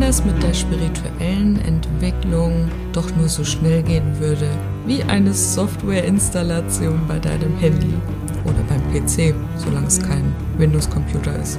es mit der spirituellen Entwicklung doch nur so schnell gehen würde wie eine Softwareinstallation bei deinem Handy oder beim PC, solange es kein Windows-Computer ist.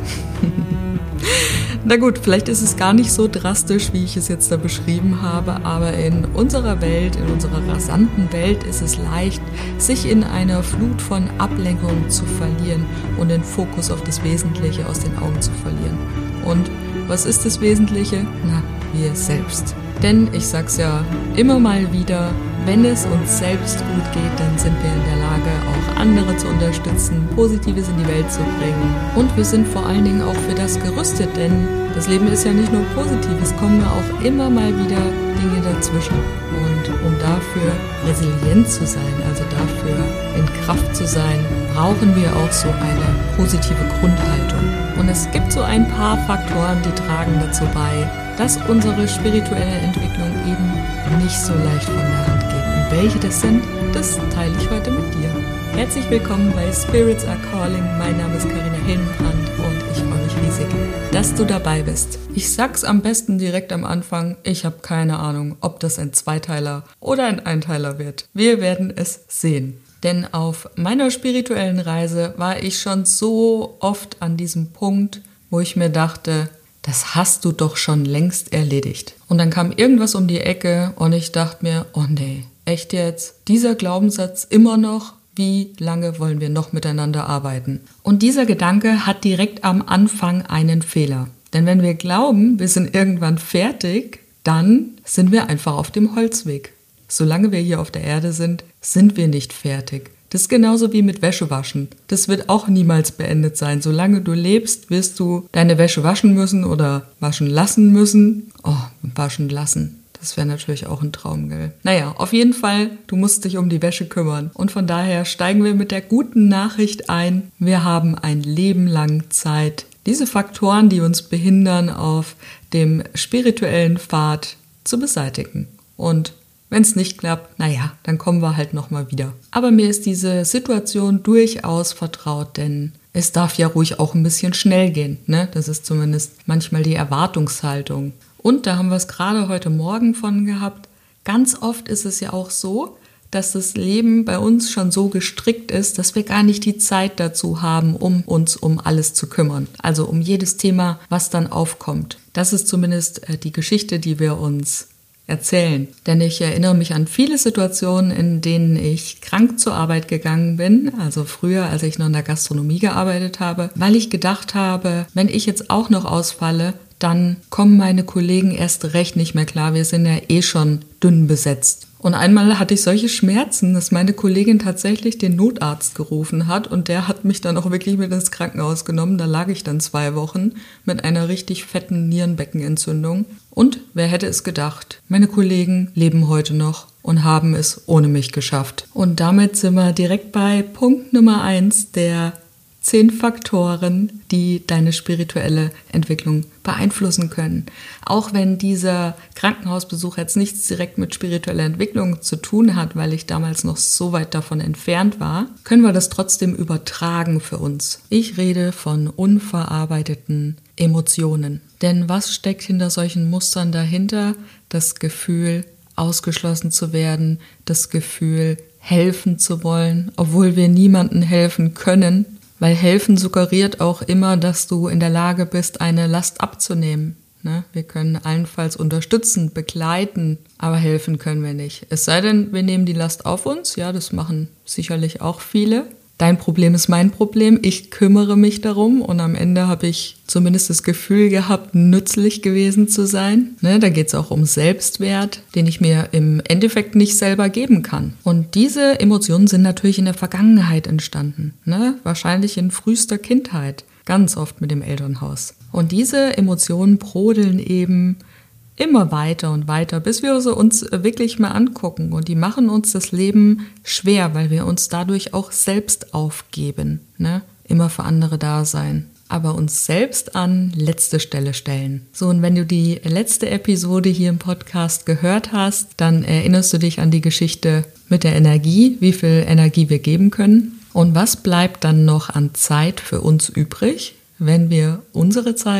Na gut, vielleicht ist es gar nicht so drastisch, wie ich es jetzt da beschrieben habe, aber in unserer Welt, in unserer rasanten Welt ist es leicht, sich in einer Flut von Ablenkungen zu verlieren und den Fokus auf das Wesentliche aus den Augen zu verlieren. Und was ist das Wesentliche? Na, wir selbst. Denn ich sag's ja immer mal wieder, wenn es uns selbst gut geht, dann sind wir in der Lage, auch andere zu unterstützen, Positives in die Welt zu bringen. Und wir sind vor allen Dingen auch für das gerüstet, denn das Leben ist ja nicht nur positiv, es kommen ja auch immer mal wieder Dinge dazwischen. Und um dafür resilient zu sein, also dafür in Kraft zu sein, brauchen wir auch so eine positive Grundhaltung. Und es gibt so ein paar Faktoren, die tragen dazu bei, dass unsere spirituelle Entwicklung eben nicht so leicht von der Hand geht. Und welche das sind, das teile ich heute mit dir. Herzlich willkommen bei Spirits Are Calling. Mein Name ist Carina Hillenbrand und ich freue mich riesig, dass du dabei bist. Ich sag's am besten direkt am Anfang, ich habe keine Ahnung, ob das ein Zweiteiler oder ein Einteiler wird. Wir werden es sehen. Denn auf meiner spirituellen Reise war ich schon so oft an diesem Punkt, wo ich mir dachte, das hast du doch schon längst erledigt. Und dann kam irgendwas um die Ecke und ich dachte mir, oh nee, echt jetzt? Dieser Glaubenssatz immer noch? Wie lange wollen wir noch miteinander arbeiten? Und dieser Gedanke hat direkt am Anfang einen Fehler. Denn wenn wir glauben, wir sind irgendwann fertig, dann sind wir einfach auf dem Holzweg. Solange wir hier auf der Erde sind, sind wir nicht fertig. Das ist genauso wie mit Wäschewaschen. Das wird auch niemals beendet sein. Solange du lebst, wirst du deine Wäsche waschen müssen oder waschen lassen müssen. Oh, waschen lassen. Das wäre natürlich auch ein Traum, gell? Naja, auf jeden Fall, du musst dich um die Wäsche kümmern. Und von daher steigen wir mit der guten Nachricht ein. Wir haben ein Leben lang Zeit, diese Faktoren, die uns behindern, auf dem spirituellen Pfad zu beseitigen. Und wenn es nicht klappt, naja, dann kommen wir halt nochmal wieder. Aber mir ist diese Situation durchaus vertraut, denn es darf ja ruhig auch ein bisschen schnell gehen, ne? Das ist zumindest manchmal die Erwartungshaltung. Und da haben wir es gerade heute Morgen von gehabt. Ganz oft ist es ja auch so, dass das Leben bei uns schon so gestrickt ist, dass wir gar nicht die Zeit dazu haben, um uns um alles zu kümmern. Also um jedes Thema, was dann aufkommt. Das ist zumindest die Geschichte, die wir uns erzählen. Denn ich erinnere mich an viele Situationen, in denen ich krank zur Arbeit gegangen bin, also früher, als ich noch in der Gastronomie gearbeitet habe, weil ich gedacht habe, wenn ich jetzt auch noch ausfalle, dann kommen meine Kollegen erst recht nicht mehr klar. Wir sind ja eh schon dünn besetzt. Und einmal hatte ich solche Schmerzen, dass meine Kollegin tatsächlich den Notarzt gerufen hat und der hat mich dann auch wirklich mit ins Krankenhaus genommen. Da lag ich dann 2 Wochen mit einer richtig fetten Nierenbeckenentzündung. Und wer hätte es gedacht? Meine Kollegen leben heute noch und haben es ohne mich geschafft. Und damit sind wir direkt bei Punkt Nummer 1 der 10 Faktoren, die deine spirituelle Entwicklung beeinflussen können. Auch wenn dieser Krankenhausbesuch jetzt nichts direkt mit spiritueller Entwicklung zu tun hat, weil ich damals noch so weit davon entfernt war, können wir das trotzdem übertragen für uns. Ich rede von unverarbeiteten Emotionen. Denn was steckt hinter solchen Mustern dahinter? Das Gefühl, ausgeschlossen zu werden, das Gefühl, helfen zu wollen, obwohl wir niemandem helfen können. Weil helfen suggeriert auch immer, dass du in der Lage bist, eine Last abzunehmen. Ne? Wir können allenfalls unterstützen, begleiten, aber helfen können wir nicht. Es sei denn, wir nehmen die Last auf uns. Ja, das machen sicherlich auch viele. Dein Problem ist mein Problem. Ich kümmere mich darum und am Ende habe ich zumindest das Gefühl gehabt, nützlich gewesen zu sein. Ne, da geht es auch um Selbstwert, den ich mir im Endeffekt nicht selber geben kann. Und diese Emotionen sind natürlich in der Vergangenheit entstanden. Ne? Wahrscheinlich in frühester Kindheit, ganz oft mit dem Elternhaus. Und diese Emotionen brodeln eben immer weiter und weiter, bis wir sie uns wirklich mal angucken. Und die machen uns das Leben schwer, weil wir uns dadurch auch selbst aufgeben. Ne? Immer für andere da sein. Aber uns selbst an letzte Stelle stellen. So, und wenn du die letzte Episode hier im Podcast gehört hast, dann erinnerst du dich an die Geschichte mit der Energie, wie viel Energie wir geben können. Und was bleibt dann noch an Zeit für uns übrig, wenn wir unsere Zeit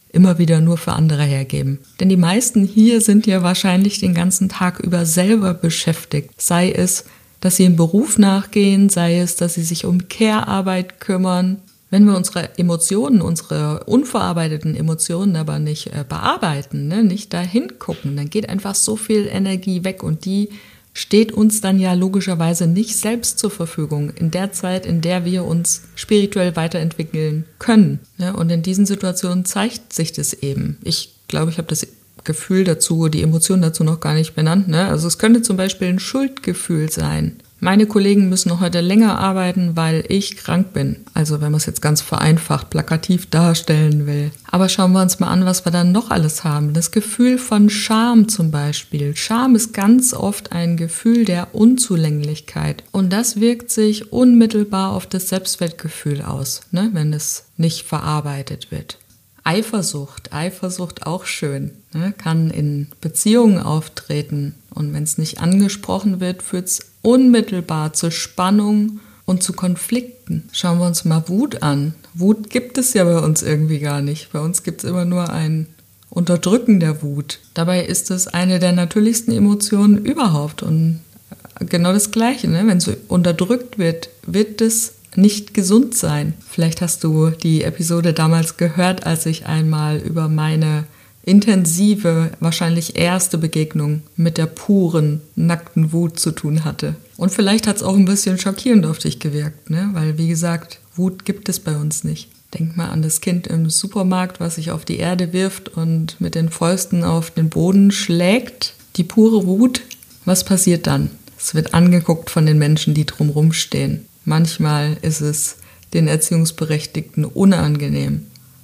immer wieder nur für andere hergeben. Denn die meisten hier sind ja wahrscheinlich den ganzen Tag über selber beschäftigt. Sei es, dass sie im Beruf nachgehen, sei es, dass sie sich um Care-Arbeit kümmern. Wenn wir unsere Emotionen, unsere unverarbeiteten Emotionen aber nicht bearbeiten, nicht dahin gucken, dann geht einfach so viel Energie weg und die steht uns dann ja logischerweise nicht selbst zur Verfügung in der Zeit, in der wir uns spirituell weiterentwickeln können. Und in diesen Situationen zeigt sich das eben. Ich glaube, ich habe das Gefühl dazu, die Emotion dazu noch gar nicht benannt. Also es könnte zum Beispiel ein Schuldgefühl sein. Meine Kollegen müssen heute länger arbeiten, weil ich krank bin. Also wenn man es jetzt ganz vereinfacht, plakativ darstellen will. Aber schauen wir uns mal an, was wir dann noch alles haben. Das Gefühl von Scham zum Beispiel. Scham ist ganz oft ein Gefühl der Unzulänglichkeit. Und das wirkt sich unmittelbar auf das Selbstwertgefühl aus, wenn es nicht verarbeitet wird. Eifersucht auch schön, kann in Beziehungen auftreten. Und wenn es nicht angesprochen wird, führt es unmittelbar zu Spannung und zu Konflikten. Schauen wir uns mal Wut an. Wut gibt es ja bei uns irgendwie gar nicht. Bei uns gibt es immer nur ein Unterdrücken der Wut. Dabei ist es eine der natürlichsten Emotionen überhaupt. Und genau das Gleiche, wenn es unterdrückt wird, wird es nicht gesund sein. Vielleicht hast du die Episode damals gehört, als ich einmal über meine intensive, wahrscheinlich erste Begegnung mit der puren, nackten Wut zu tun hatte. Und vielleicht hat es auch ein bisschen schockierend auf dich gewirkt, weil, wie gesagt, Wut gibt es bei uns nicht. Denk mal an das Kind im Supermarkt, was sich auf die Erde wirft und mit den Fäusten auf den Boden schlägt. Die pure Wut, was passiert dann? Es wird angeguckt von den Menschen, die drumherum stehen. Manchmal ist es den Erziehungsberechtigten unangenehm.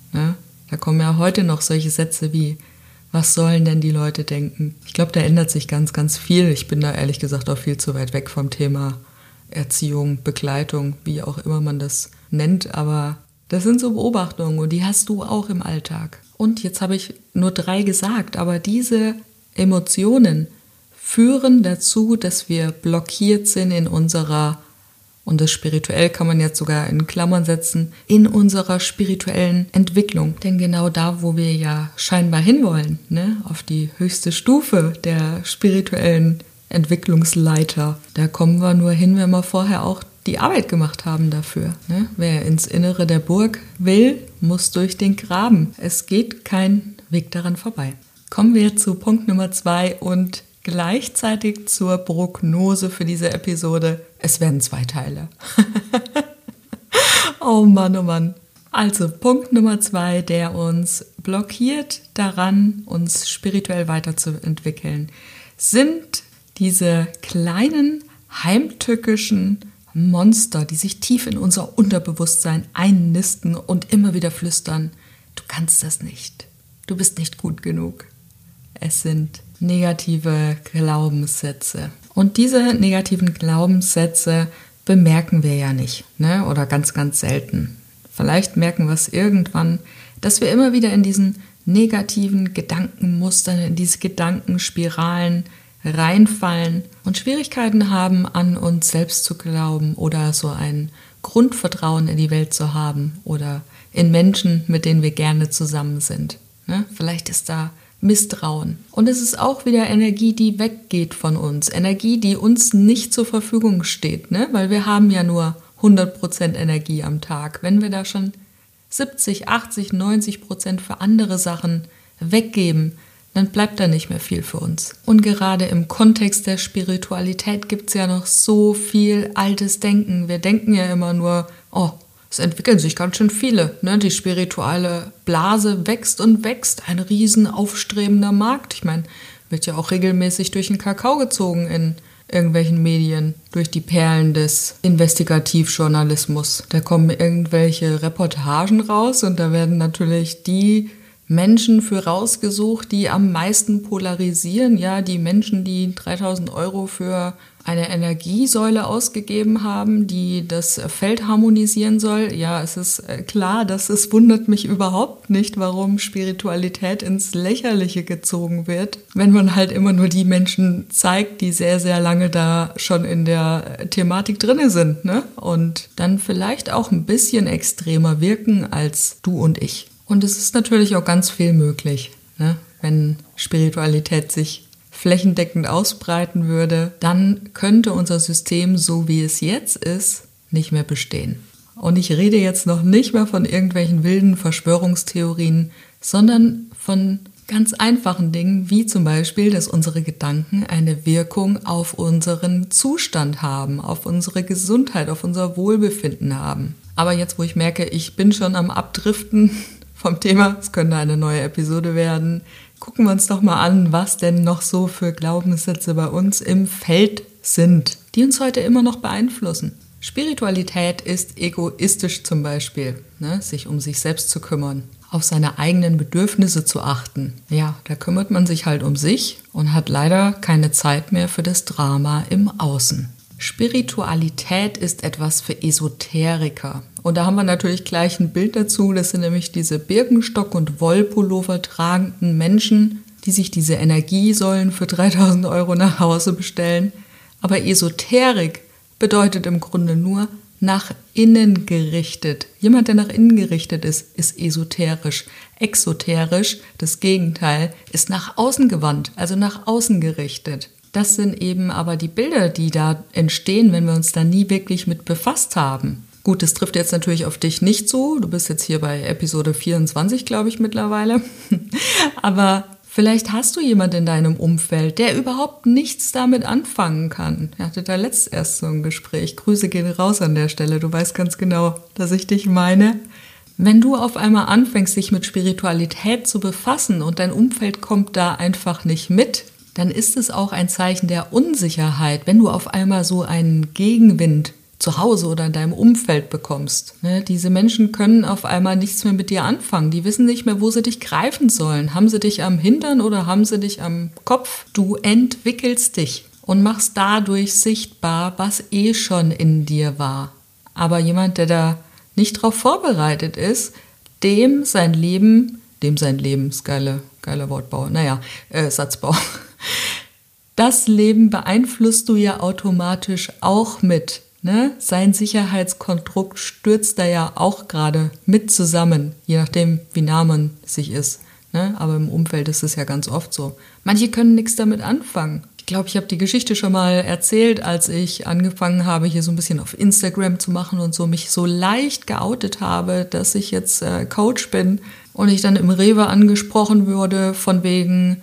Da kommen ja heute noch solche Sätze wie, was sollen denn die Leute denken? Ich glaube, da ändert sich ganz, ganz viel. Ich bin da ehrlich gesagt auch viel zu weit weg vom Thema Erziehung, Begleitung, wie auch immer man das nennt. Aber das sind so Beobachtungen und die hast du auch im Alltag. Und jetzt habe ich nur 3 gesagt, aber diese Emotionen führen dazu, dass wir blockiert sind in unserer, und das spirituell kann man jetzt sogar in Klammern setzen, in unserer spirituellen Entwicklung. Denn genau da, wo wir ja scheinbar hinwollen, auf die höchste Stufe der spirituellen Entwicklungsleiter, da kommen wir nur hin, wenn wir vorher auch die Arbeit gemacht haben dafür. Wer ins Innere der Burg will, muss durch den Graben. Es geht kein Weg daran vorbei. Kommen wir zu Punkt Nummer 2 und gleichzeitig zur Prognose für diese Episode. Es werden 2 Teile. Oh Mann, oh Mann. Also Punkt Nummer 2, der uns blockiert daran, uns spirituell weiterzuentwickeln, sind diese kleinen, heimtückischen Monster, die sich tief in unser Unterbewusstsein einnisten und immer wieder flüstern, du kannst das nicht, du bist nicht gut genug. Es sind negative Glaubenssätze. Und diese negativen Glaubenssätze bemerken wir ja nicht, oder ganz, ganz selten. Vielleicht merken wir es irgendwann, dass wir immer wieder in diesen negativen Gedankenmustern, in diese Gedankenspiralen reinfallen und Schwierigkeiten haben, an uns selbst zu glauben oder so ein Grundvertrauen in die Welt zu haben oder in Menschen, mit denen wir gerne zusammen sind. Vielleicht ist da Misstrauen. Und es ist auch wieder Energie, die weggeht von uns. Energie, die uns nicht zur Verfügung steht, weil wir haben ja nur 100% Energie am Tag. Wenn wir da schon 70, 80, 90% für andere Sachen weggeben, dann bleibt da nicht mehr viel für uns. Und gerade im Kontext der Spiritualität gibt es ja noch so viel altes Denken. Wir denken ja immer nur, es entwickeln sich ganz schön viele. Die spirituelle Blase wächst und wächst. Ein riesen aufstrebender Markt. Ich meine, wird ja auch regelmäßig durch den Kakao gezogen in irgendwelchen Medien, durch die Perlen des Investigativjournalismus. Da kommen irgendwelche Reportagen raus und da werden natürlich die Menschen für rausgesucht, die am meisten polarisieren. Ja, die Menschen, die 3.000 € für eine Energiesäule ausgegeben haben, die das Feld harmonisieren soll. Ja, es ist klar, es wundert mich überhaupt nicht, warum Spiritualität ins Lächerliche gezogen wird, wenn man halt immer nur die Menschen zeigt, die sehr, sehr lange da schon in der Thematik drin sind, und dann vielleicht auch ein bisschen extremer wirken als du und ich. Und es ist natürlich auch ganz viel möglich, ne? Wenn Spiritualität sich flächendeckend ausbreiten würde, dann könnte unser System, so wie es jetzt ist, nicht mehr bestehen. Und ich rede jetzt noch nicht mal von irgendwelchen wilden Verschwörungstheorien, sondern von ganz einfachen Dingen, wie zum Beispiel, dass unsere Gedanken eine Wirkung auf unseren Zustand haben, auf unsere Gesundheit, auf unser Wohlbefinden haben. Aber jetzt, wo ich merke, ich bin schon am Abdriften vom Thema, es könnte eine neue Episode werden, gucken wir uns doch mal an, was denn noch so für Glaubenssätze bei uns im Feld sind, die uns heute immer noch beeinflussen. Spiritualität ist egoistisch zum Beispiel, ne? Sich um sich selbst zu kümmern, auf seine eigenen Bedürfnisse zu achten. Ja, da kümmert man sich halt um sich und hat leider keine Zeit mehr für das Drama im Außen. Spiritualität ist etwas für Esoteriker. Und da haben wir natürlich gleich ein Bild dazu. Das sind nämlich diese Birkenstock- und Wollpullover tragenden Menschen, die sich diese Energiesäulen für 3.000 € nach Hause bestellen. Aber Esoterik bedeutet im Grunde nur nach innen gerichtet. Jemand, der nach innen gerichtet ist esoterisch. Exoterisch, das Gegenteil, ist nach außen gewandt, also nach außen gerichtet. Das sind eben aber die Bilder, die da entstehen, wenn wir uns da nie wirklich mit befasst haben. Gut, das trifft jetzt natürlich auf dich nicht zu. Du bist jetzt hier bei Episode 24, glaube ich, mittlerweile. Aber vielleicht hast du jemanden in deinem Umfeld, der überhaupt nichts damit anfangen kann. Ich hatte da letzt erst so ein Gespräch. Grüße gehen raus an der Stelle. Du weißt ganz genau, dass ich dich meine. Wenn du auf einmal anfängst, dich mit Spiritualität zu befassen und dein Umfeld kommt da einfach nicht mit, dann ist es auch ein Zeichen der Unsicherheit, wenn du auf einmal so einen Gegenwind zu Hause oder in deinem Umfeld bekommst. Diese Menschen können auf einmal nichts mehr mit dir anfangen. Die wissen nicht mehr, wo sie dich greifen sollen. Haben sie dich am Hintern oder haben sie dich am Kopf? Du entwickelst dich und machst dadurch sichtbar, was schon in dir war. Aber jemand, der da nicht drauf vorbereitet ist, dem sein Leben, geiler Wortbau, Satzbau. Das Leben beeinflusst du ja automatisch auch mit. Ne? Sein Sicherheitskonstrukt stürzt da ja auch gerade mit zusammen, je nachdem, wie nah man sich ist. Ne? Aber im Umfeld ist es ja ganz oft so. Manche können nichts damit anfangen. Ich glaube, ich habe die Geschichte schon mal erzählt, als ich angefangen habe, hier so ein bisschen auf Instagram zu machen und so mich so leicht geoutet habe, dass ich jetzt Coach bin und ich dann im Rewe angesprochen wurde von wegen,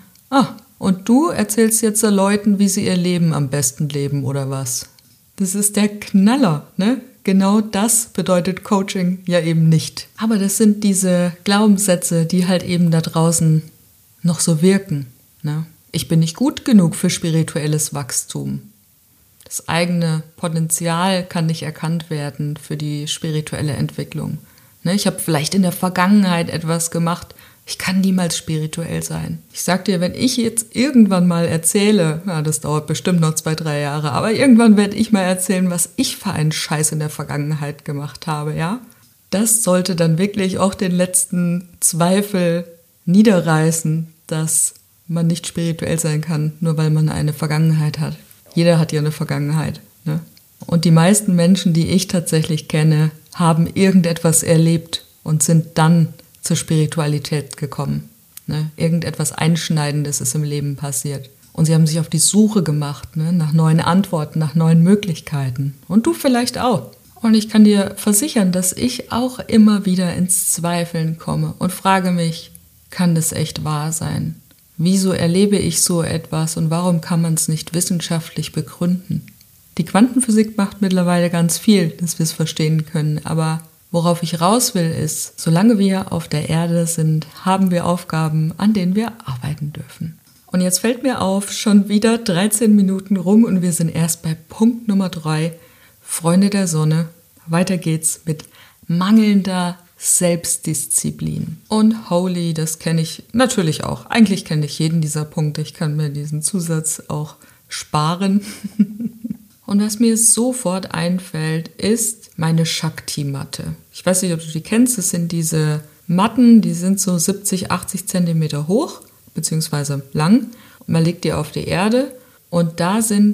und du erzählst jetzt Leuten, wie sie ihr Leben am besten leben oder was? Das ist der Knaller, ne? Genau das bedeutet Coaching ja eben nicht. Aber das sind diese Glaubenssätze, die halt eben da draußen noch so wirken, ne? Ich bin nicht gut genug für spirituelles Wachstum. Das eigene Potenzial kann nicht erkannt werden für die spirituelle Entwicklung. Ne? Ich habe vielleicht in der Vergangenheit etwas gemacht, ich kann niemals spirituell sein. Ich sag dir, wenn ich jetzt irgendwann mal erzähle, das dauert bestimmt noch 2-3 Jahre, aber irgendwann werde ich mal erzählen, was ich für einen Scheiß in der Vergangenheit gemacht habe, ja? Das sollte dann wirklich auch den letzten Zweifel niederreißen, dass man nicht spirituell sein kann, nur weil man eine Vergangenheit hat. Jeder hat ja eine Vergangenheit, ne? Und die meisten Menschen, die ich tatsächlich kenne, haben irgendetwas erlebt und sind dann zur Spiritualität gekommen. Ne? Irgendetwas Einschneidendes ist im Leben passiert. Und sie haben sich auf die Suche gemacht, ne? Nach neuen Antworten, nach neuen Möglichkeiten. Und du vielleicht auch. Und ich kann dir versichern, dass ich auch immer wieder ins Zweifeln komme und frage mich, kann das echt wahr sein? Wieso erlebe ich so etwas und warum kann man es nicht wissenschaftlich begründen? Die Quantenphysik macht mittlerweile ganz viel, dass wir es verstehen können, aber worauf ich raus will ist, solange wir auf der Erde sind, haben wir Aufgaben, an denen wir arbeiten dürfen. Und jetzt fällt mir auf, schon wieder 13 Minuten rum und wir sind erst bei Punkt Nummer 3, Freunde der Sonne. Weiter geht's mit mangelnder Selbstdisziplin. Und holy, das kenne ich natürlich auch. Eigentlich kenne ich jeden dieser Punkte. Ich kann mir diesen Zusatz auch sparen. Und was mir sofort einfällt, ist meine Shakti-Matte. Ich weiß nicht, ob du die kennst. Das sind diese Matten, die sind so 70, 80 Zentimeter hoch, beziehungsweise lang. Und man legt die auf die Erde und da sind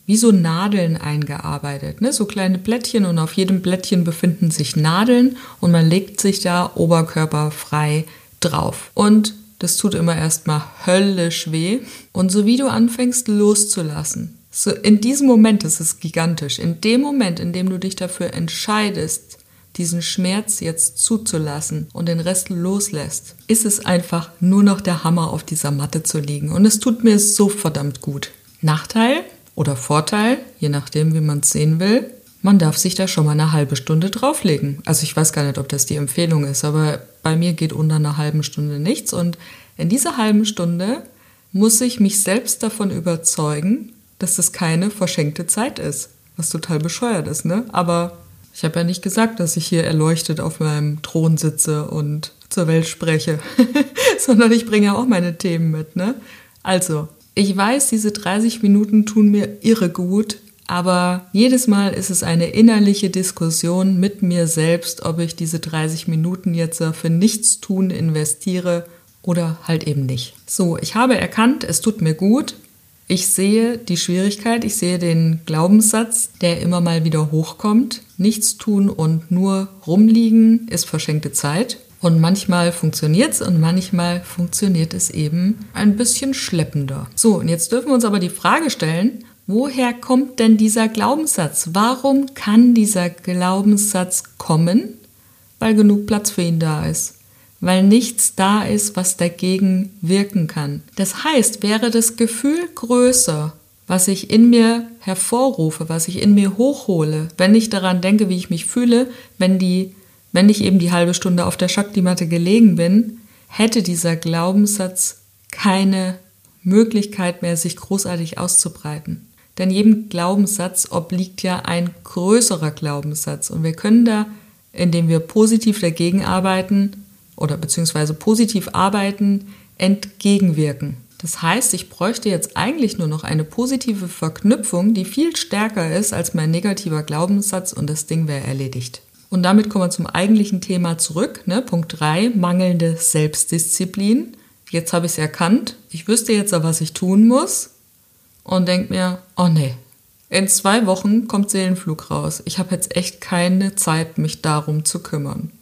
wie so Nadeln eingearbeitet, ne? So kleine Blättchen und auf jedem Blättchen befinden sich Nadeln und man legt sich da oberkörperfrei drauf. Und das tut immer erstmal höllisch weh. Und so wie du anfängst loszulassen, so in diesem Moment, das ist gigantisch, in dem Moment, in dem du dich dafür entscheidest, diesen Schmerz jetzt zuzulassen und den Rest loslässt, ist es einfach nur noch der Hammer, auf dieser Matte zu liegen. Und es tut mir so verdammt gut. Nachteil oder Vorteil, je nachdem, wie man es sehen will, man darf sich da schon mal eine halbe Stunde drauflegen. Also ich weiß gar nicht, ob das die Empfehlung ist, aber bei mir geht unter einer halben Stunde nichts. Und in dieser halben Stunde muss ich mich selbst davon überzeugen, dass das keine verschenkte Zeit ist. Was total bescheuert ist, ne? Aber ich habe ja nicht gesagt, dass ich hier erleuchtet auf meinem Thron sitze und zur Welt spreche, sondern ich bringe ja auch meine Themen mit, ne? Also, ich weiß, diese 30 Minuten tun mir irre gut, aber jedes Mal ist es eine innerliche Diskussion mit mir selbst, ob ich diese 30 Minuten jetzt für Nichtstun investiere oder halt eben nicht. So, ich habe erkannt, es tut mir gut. Ich sehe die Schwierigkeit, ich sehe den Glaubenssatz, der immer mal wieder hochkommt. Nichts tun und nur rumliegen ist verschenkte Zeit. Und manchmal funktioniert es und manchmal funktioniert es eben ein bisschen schleppender. So, und jetzt dürfen wir uns aber die Frage stellen, woher kommt denn dieser Glaubenssatz? Warum kann dieser Glaubenssatz kommen? Weil genug Platz für ihn da ist. Weil nichts da ist, was dagegen wirken kann. Das heißt, wäre das Gefühl größer, was ich in mir hervorrufe, was ich in mir hochhole, wenn ich daran denke, wie ich mich fühle, wenn ich eben die halbe Stunde auf der Shakti-Matte gelegen bin, hätte dieser Glaubenssatz keine Möglichkeit mehr, sich großartig auszubreiten. Denn jedem Glaubenssatz obliegt ja ein größerer Glaubenssatz. Und wir können da, indem wir positiv dagegen arbeiten, oder beziehungsweise positiv arbeiten, entgegenwirken. Das heißt, ich bräuchte jetzt eigentlich nur noch eine positive Verknüpfung, die viel stärker ist als mein negativer Glaubenssatz und das Ding wäre erledigt. Und damit kommen wir zum eigentlichen Thema zurück. Ne? Punkt 3, mangelnde Selbstdisziplin. Jetzt habe ich es erkannt. Ich wüsste jetzt, was ich tun muss und denke mir, oh nee, in 2 Wochen kommt Seelenflug raus. Ich habe jetzt echt keine Zeit, mich darum zu kümmern.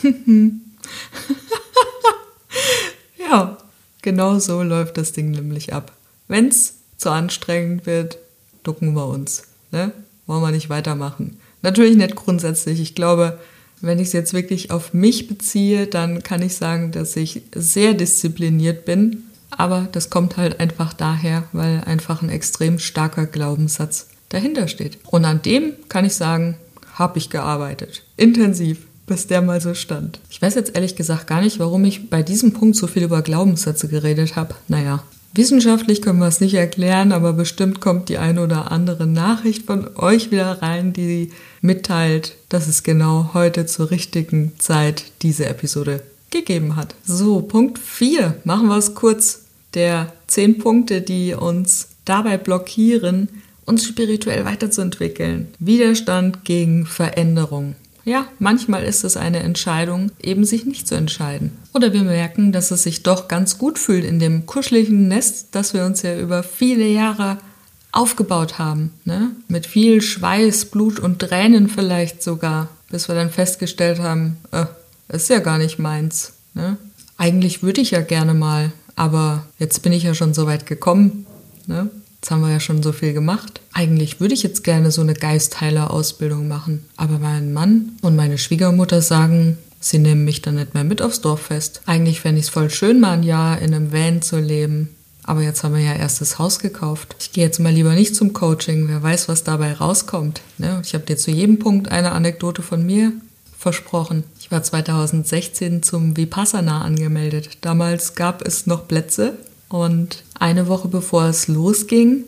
Ja, genau so läuft das Ding nämlich ab. Wenn es zu anstrengend wird, ducken wir uns. Ne? Wollen wir nicht weitermachen. Natürlich nicht grundsätzlich. Ich glaube, wenn ich es jetzt wirklich auf mich beziehe, dann kann ich sagen, dass ich sehr diszipliniert bin. Aber das kommt halt einfach daher, weil einfach ein extrem starker Glaubenssatz dahinter steht. Und an dem kann ich sagen, habe ich gearbeitet. Intensiv. Bis der mal so stand. Ich weiß jetzt ehrlich gesagt gar nicht, warum ich bei diesem Punkt so viel über Glaubenssätze geredet habe. Naja, wissenschaftlich können wir es nicht erklären, aber bestimmt kommt die eine oder andere Nachricht von euch wieder rein, die mitteilt, dass es genau heute zur richtigen Zeit diese Episode gegeben hat. So, Punkt 4. Machen wir es kurz. Der 10 Punkte, die uns dabei blockieren, uns spirituell weiterzuentwickeln. Widerstand gegen Veränderung. Ja, manchmal ist es eine Entscheidung, eben sich nicht zu entscheiden. Oder wir merken, dass es sich doch ganz gut fühlt in dem kuscheligen Nest, das wir uns ja über viele Jahre aufgebaut haben. Ne? Mit viel Schweiß, Blut und Tränen vielleicht sogar, bis wir dann festgestellt haben, das ist ja gar nicht meins. Ne? Eigentlich würde ich ja gerne mal, aber jetzt bin ich ja schon so weit gekommen. Ne? Jetzt haben wir ja schon so viel gemacht. Eigentlich würde ich jetzt gerne so eine Geistheiler-Ausbildung machen. Aber mein Mann und meine Schwiegermutter sagen, sie nehmen mich dann nicht mehr mit aufs Dorffest. Eigentlich fände ich es voll schön, mal ein Jahr in einem Van zu leben. Aber jetzt haben wir ja erst das Haus gekauft. Ich gehe jetzt mal lieber nicht zum Coaching. Wer weiß, was dabei rauskommt. Ne? Ich habe dir zu jedem Punkt eine Anekdote von mir versprochen. Ich war 2016 zum Vipassana angemeldet. Damals gab es noch Plätze. Und eine Woche bevor es losging,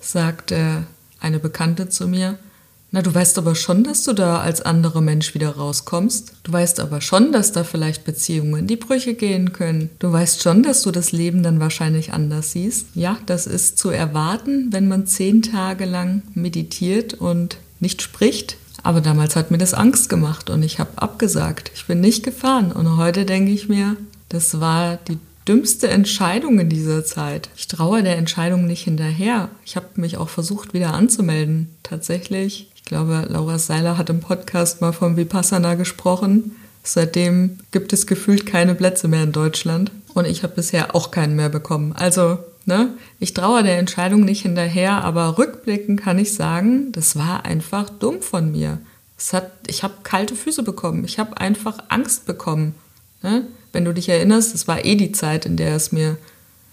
sagte eine Bekannte zu mir, na, du weißt aber schon, dass du da als anderer Mensch wieder rauskommst. Du weißt aber schon, dass da vielleicht Beziehungen in die Brüche gehen können. Du weißt schon, dass du das Leben dann wahrscheinlich anders siehst. Ja, das ist zu erwarten, wenn man 10 Tage lang meditiert und nicht spricht. Aber damals hat mir das Angst gemacht und ich habe abgesagt. Ich bin nicht gefahren. Und heute denke ich mir, das war die dümmste Entscheidung in dieser Zeit. Ich traue der Entscheidung nicht hinterher. Ich habe mich auch versucht, wieder anzumelden. Tatsächlich. Ich glaube, Laura Seiler hat im Podcast mal vom Vipassana gesprochen. Seitdem gibt es gefühlt keine Plätze mehr in Deutschland. Und ich habe bisher auch keinen mehr bekommen. Also, ich traue der Entscheidung nicht hinterher, aber rückblickend kann ich sagen, das war einfach dumm von mir. Ich habe kalte Füße bekommen. Ich habe einfach Angst bekommen. Wenn du dich erinnerst, das war die Zeit, in der es mir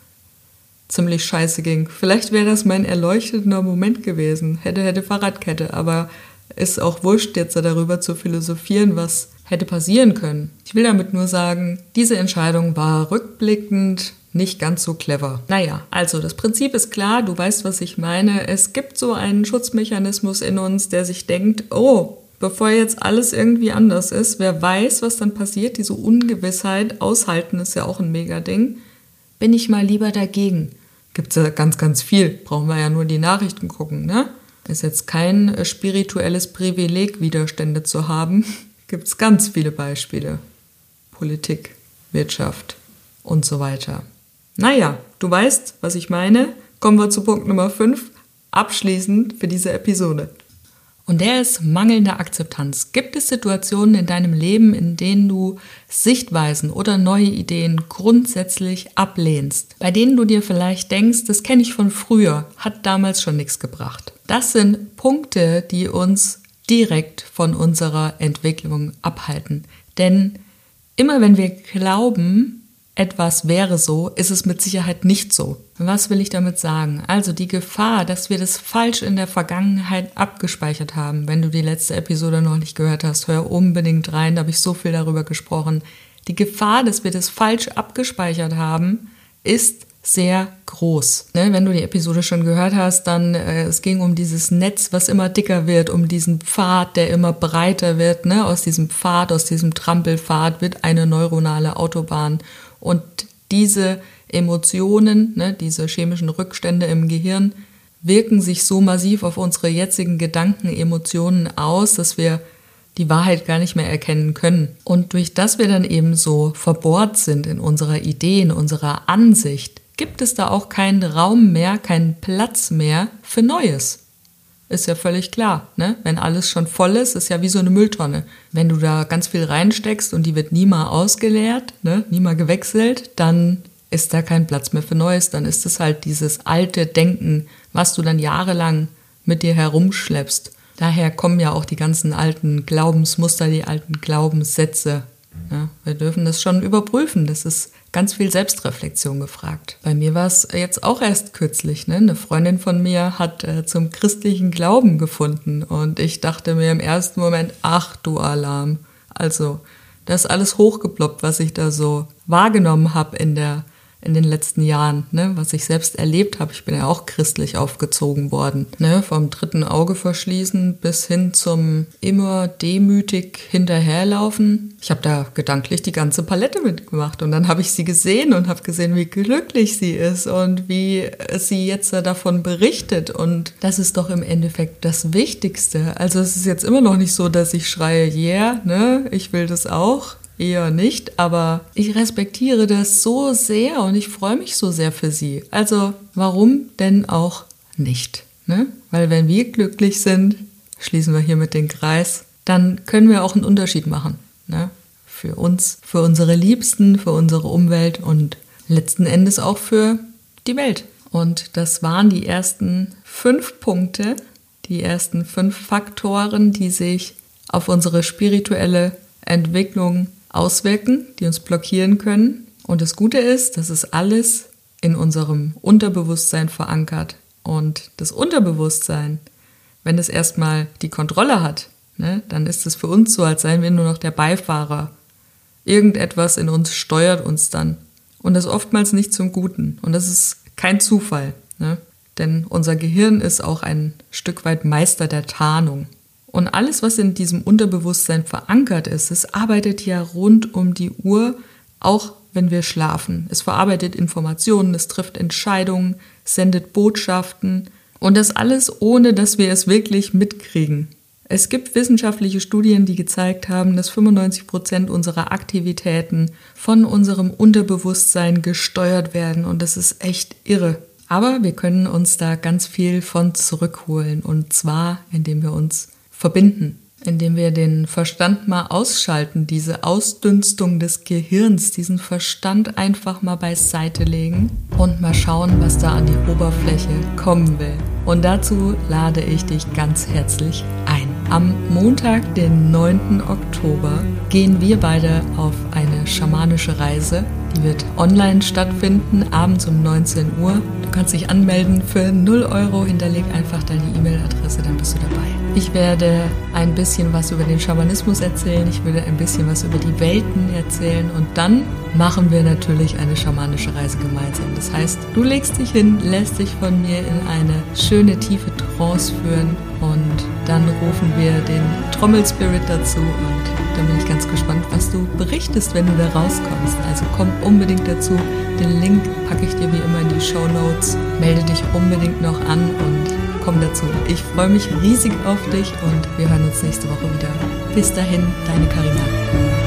ziemlich scheiße ging. Vielleicht wäre das mein erleuchtender Moment gewesen. Hätte Fahrradkette, aber ist auch wurscht, jetzt darüber zu philosophieren, was hätte passieren können. Ich will damit nur sagen, diese Entscheidung war rückblickend nicht ganz so clever. Naja, also das Prinzip ist klar, du weißt, was ich meine. Es gibt so einen Schutzmechanismus in uns, der sich denkt, bevor jetzt alles irgendwie anders ist, wer weiß, was dann passiert, diese Ungewissheit aushalten ist ja auch ein Mega-Ding, bin ich mal lieber dagegen. Gibt's ja ganz, ganz viel, brauchen wir ja nur die Nachrichten gucken, ne? Ist jetzt kein spirituelles Privileg, Widerstände zu haben. Gibt's ganz viele Beispiele. Politik, Wirtschaft und so weiter. Naja, du weißt, was ich meine. Kommen wir zu Punkt Nummer 5, abschließend für diese Episode. Und der ist mangelnde Akzeptanz. Gibt es Situationen in deinem Leben, in denen du Sichtweisen oder neue Ideen grundsätzlich ablehnst? Bei denen du dir vielleicht denkst, das kenne ich von früher, hat damals schon nichts gebracht. Das sind Punkte, die uns direkt von unserer Entwicklung abhalten. Denn immer wenn wir glauben, etwas wäre so, ist es mit Sicherheit nicht so. Was will ich damit sagen? Also die Gefahr, dass wir das falsch in der Vergangenheit abgespeichert haben. Wenn du die letzte Episode noch nicht gehört hast, hör unbedingt rein, da habe ich so viel darüber gesprochen. Die Gefahr, dass wir das falsch abgespeichert haben, ist sehr groß. Wenn du die Episode schon gehört hast, dann es ging um dieses Netz, was immer dicker wird, um diesen Pfad, der immer breiter wird. Aus diesem Pfad, aus diesem Trampelpfad wird eine neuronale Autobahn. Und diese Emotionen, diese chemischen Rückstände im Gehirn, wirken sich so massiv auf unsere jetzigen Gedanken, Emotionen aus, dass wir die Wahrheit gar nicht mehr erkennen können. Und durch das wir dann eben so verbohrt sind in unserer Idee, in unserer Ansicht, gibt es da auch keinen Raum mehr, keinen Platz mehr für Neues. Ist ja völlig klar, Wenn alles schon voll ist, ist ja wie so eine Mülltonne. Wenn du da ganz viel reinsteckst und die wird nie mal ausgeleert, nie mal gewechselt, dann ist da kein Platz mehr für Neues. Dann ist es halt dieses alte Denken, was du dann jahrelang mit dir herumschleppst. Daher kommen ja auch die ganzen alten Glaubensmuster, die alten Glaubenssätze. Ja, wir dürfen das schon überprüfen. Das ist ganz viel Selbstreflexion gefragt. Bei mir war es jetzt auch erst kürzlich. Eine Freundin von mir hat zum christlichen Glauben gefunden. Und ich dachte mir im ersten Moment, ach du Alarm. Also, das ist alles hochgeploppt, was ich da so wahrgenommen habe in den letzten Jahren, was ich selbst erlebt habe. Ich bin ja auch christlich aufgezogen worden, vom dritten Auge verschließen bis hin zum immer demütig hinterherlaufen. Ich habe da gedanklich die ganze Palette mitgemacht und dann habe ich sie gesehen und habe gesehen, wie glücklich sie ist und wie sie jetzt davon berichtet und das ist doch im Endeffekt das Wichtigste. Also es ist jetzt immer noch nicht so, dass ich schreie, yeah, ich will das auch. Eher nicht, aber ich respektiere das so sehr und ich freue mich so sehr für sie. Also warum denn auch nicht? Weil wenn wir glücklich sind, schließen wir hiermit den Kreis, dann können wir auch einen Unterschied machen. Für uns, für unsere Liebsten, für unsere Umwelt und letzten Endes auch für die Welt. Und das waren die ersten 5 Punkte, die ersten 5 Faktoren, die sich auf unsere spirituelle Entwicklung auswirken, die uns blockieren können. Und das Gute ist, das ist alles in unserem Unterbewusstsein verankert. Und das Unterbewusstsein, wenn es erstmal die Kontrolle hat, dann ist es für uns so, als seien wir nur noch der Beifahrer. Irgendetwas in uns steuert uns dann. Und das oftmals nicht zum Guten. Und das ist kein Zufall. Denn unser Gehirn ist auch ein Stück weit Meister der Tarnung. Und alles, was in diesem Unterbewusstsein verankert ist, es arbeitet ja rund um die Uhr, auch wenn wir schlafen. Es verarbeitet Informationen, es trifft Entscheidungen, sendet Botschaften und das alles, ohne dass wir es wirklich mitkriegen. Es gibt wissenschaftliche Studien, die gezeigt haben, dass 95% unserer Aktivitäten von unserem Unterbewusstsein gesteuert werden und das ist echt irre. Aber wir können uns da ganz viel von zurückholen und zwar, indem wir uns verbinden, indem wir den Verstand mal ausschalten, diese Ausdünstung des Gehirns, diesen Verstand einfach mal beiseite legen und mal schauen, was da an die Oberfläche kommen will. Und dazu lade ich dich ganz herzlich ein. Am Montag, den 9. Oktober, gehen wir beide auf eine schamanische Reise. Die wird online stattfinden, abends um 19 Uhr. Du kannst dich anmelden für 0 €, hinterleg einfach deine E-Mail-Adresse, dann bist du dabei. Ich werde ein bisschen was über den Schamanismus erzählen, ich werde ein bisschen was über die Welten erzählen und dann machen wir natürlich eine schamanische Reise gemeinsam. Das heißt, du legst dich hin, lässt dich von mir in eine schöne, tiefe Trance führen und dann rufen wir den Trommelspirit dazu und dann bin ich ganz gespannt, was du berichtest, wenn du da rauskommst. Also komm unbedingt dazu. Den Link packe ich dir wie immer in die Shownotes. Melde dich unbedingt noch an und komm dazu. Ich freue mich riesig auf dich und wir hören uns nächste Woche wieder. Bis dahin, deine Carina.